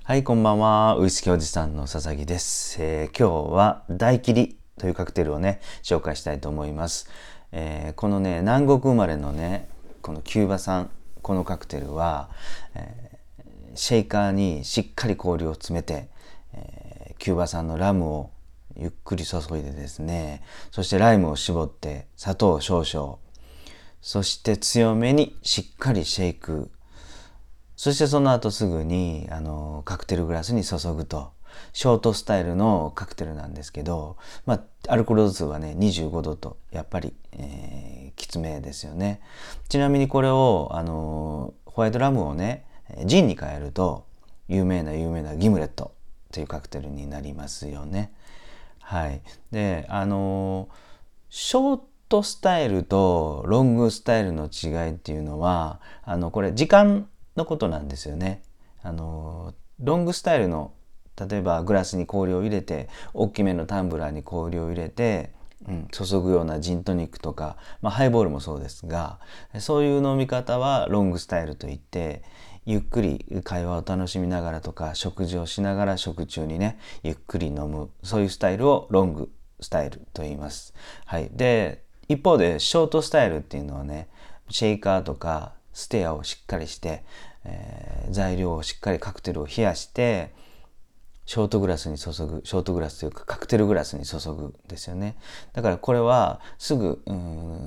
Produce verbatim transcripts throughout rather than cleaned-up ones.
はい、こんばんは。ウイスキーおじさんの佐々木です。えー今日は大切りというカクテルをね、紹介したいと思います。えーこのね、南国生まれのね、このキューバ産、このカクテルは、えーシェイカーにしっかり氷を詰めて、えーキューバ産のラムをゆっくり注いでですね、そしてライムを絞って砂糖少々、そして強めにしっかりシェイク。そしてその後すぐにあのカクテルグラスに注ぐと。ショートスタイルのカクテルなんですけど、まあ、アルコール度数はね、にじゅうごどと、やっぱり、えーきつめですよね。ちなみにこれを、あのホワイトラムをね、ジンに変えると、有名な有名なギムレットというカクテルになりますよね。はい。で、あのショートスタイルとロングスタイルの違いっていうのは、あの、これ時間のことなんですよね。あの、ロングスタイルの、例えばグラスに氷を入れて、大きめのタンブラーに氷を入れて、うん、注ぐようなジントニックとか、まあ、ハイボールもそうですが、そういう飲み方はロングスタイルといって、ゆっくり会話を楽しみながらとか、食事をしながら食中にね、ゆっくり飲む、そういうスタイルをロングスタイルと言います。はい。で、一方でショートスタイルっていうのはね、シェイカーとかステアをしっかりして、えー材料をしっかりカクテルを冷やして、ショートグラスに注ぐ、ショートグラスというかカクテルグラスに注ぐですよね。だからこれはすぐ、うん、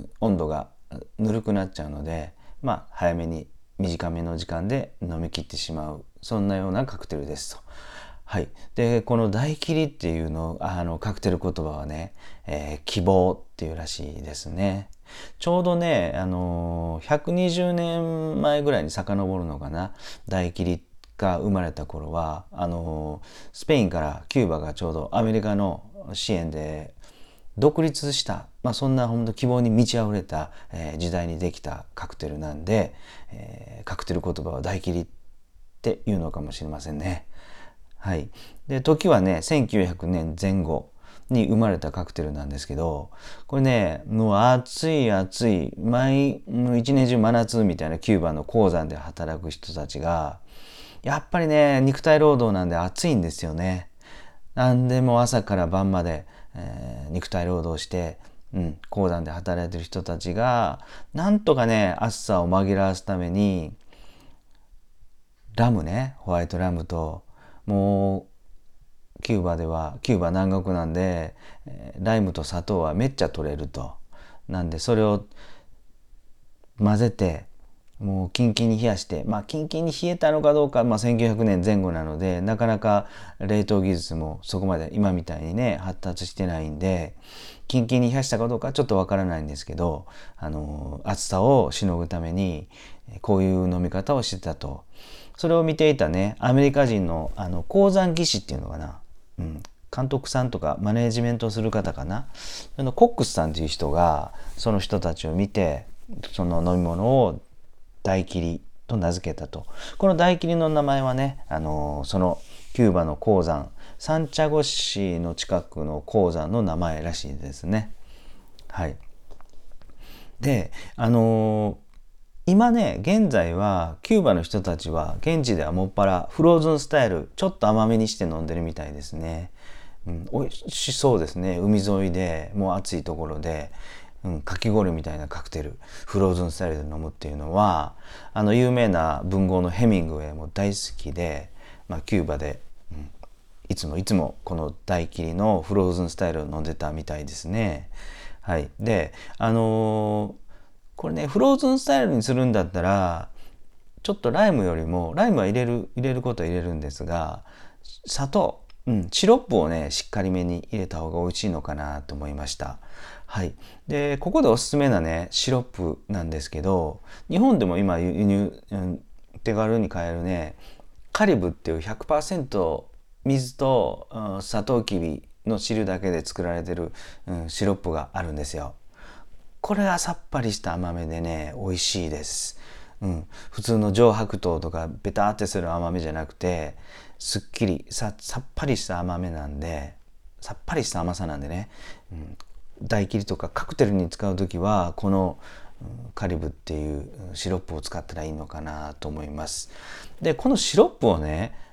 温度がぬるくなっちゃうので、まあ早めに短めの時間で飲み切ってしまう、そんなようなカクテルですと。はい。で、この大切りっていうの、あの、カクテル言葉はね、えー希望っていうらしいですね。ちょうどね、あのーひゃくにじゅうねんまえぐらいに遡るのかな、大切りが生まれた頃は、あのースペインからキューバがちょうどアメリカの支援で独立した、まあ、そんな本当希望に満ち溢れた、えー時代にできたカクテルなんで、えーカクテル言葉は大切りっていうのかもしれませんね。はい。で、時はね、せんきゅうひゃくねんぜん後に生まれたカクテルなんですけど、これね、もう暑い暑い、毎、もう一年中真夏みたいなキューバの鉱山で働く人たちが、やっぱりね、肉体労働なんで暑いんですよね。なんでもう朝から晩まで、えー肉体労働して、うん、鉱山で働いてる人たちが、なんとかね、暑さを紛らわすために、ラムね、ホワイトラムと、もうキューバでは、キューバ南国なんで、えーライムと砂糖はめっちゃ取れると。なんでそれを混ぜて、もうキンキンに冷やして、まあキンキンに冷えたのかどうか、まあせんきゅうひゃくねんぜん後なので、なかなか冷凍技術もそこまで今みたいにね、発達してないんで、キンキンに冷やしたかどうかちょっとわからないんですけど、あの、暑さをしのぐために、こういう飲み方をしてたと。それを見ていたね、アメリカ人の、あの、鉱山技師っていうのかな。うん。監督さんとかマネージメントする方かな。そのコックスさんという人が、その人たちを見て、その飲み物を大切りと名付けたと。この大切りの名前はね、あの、そのキューバの鉱山、サンチャゴ市の近くの鉱山の名前らしいですね。はい。で、あの今ね、現在はキューバの人たちは現地ではもっぱらフローズンスタイル、ちょっと甘めにして飲んでるみたいですね。うん、美味しそうですね。海沿いでもう暑いところで、うん、かき氷みたいなカクテル、フローズンスタイルで飲むっていうのは、あの有名な文豪のヘミングウェイも大好きで、まあ、キューバで、うん、いつもいつもこの大切りのフローズンスタイルを飲んでたみたいですね。はい。で、あのーこれね、フローズンスタイルにするんだったら、ちょっとライムよりも、ライムは入れる、入れることは入れるんですが、砂糖、うん、シロップをね、しっかりめに入れた方が美味しいのかなと思いました。はい。で、ここでおすすめなね、シロップなんですけど、日本でも今輸入、うん、手軽に買えるね、カリブっていうひゃくパーセント水と、うん、サトウキビの汁だけで作られてる、うん、シロップがあるんですよ。これがさっぱりした甘めでね、美味しいです。うん、普通の上白糖とかベターってする甘めじゃなくて、すっきりささっぱりした甘めなんで、さっぱりした甘さなんでね、うん、大切りとかカクテルに使う時はこの、うん、カリブっていうシロップを使ったらいいのかなと思います。でこのシロップをね、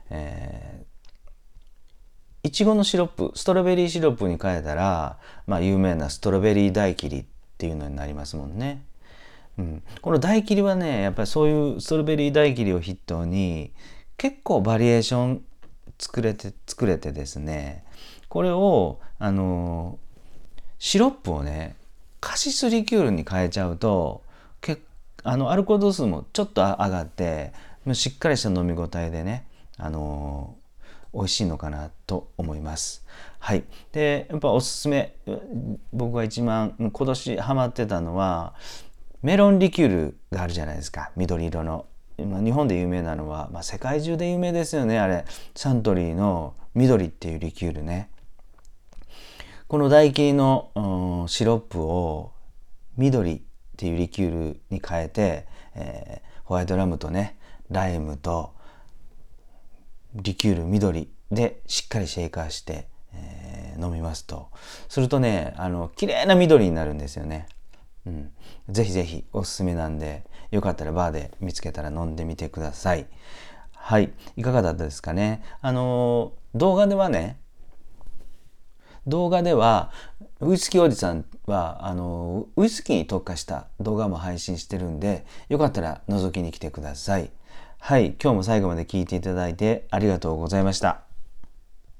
えー、いちごのシロップ、ストロベリーシロップに変えたら、まあ、有名なストロベリー大切りっていうのになりますもんね。うん、この大切りはね、やっぱりそういうストロベリー大切りを筆頭に結構バリエーション作れて作れてですね、これをあのシロップをねカシスリキュールに変えちゃうとけあのアルコール度数もちょっと上がってしっかりした飲み応えでね、あの美味しいのかなと思います。はい。でやっぱおすすめ、僕が一番今年ハマってたのはメロンリキュールがあるじゃないですか、緑色の。今日本で有名なのは、まあ、世界中で有名ですよね、あれ。サントリーの緑っていうリキュールね。この唾液の、うん、シロップを緑っていうリキュールに変えて、えー、ホワイトラムとね、ライムとリキュール緑でしっかりシェイカーして、えー、飲みますと、するとね、あの綺麗な緑になるんですよね。うん、ぜひぜひおすすめなんで、よかったらバーで見つけたら飲んでみてください。はい、いかがだったですかね。あの動画ではね、動画ではウイスキーおじさんはあのウイスキーに特化した動画も配信してるんで、よかったら覗きに来てください。はい、今日も最後まで聞いていただいてありがとうございました。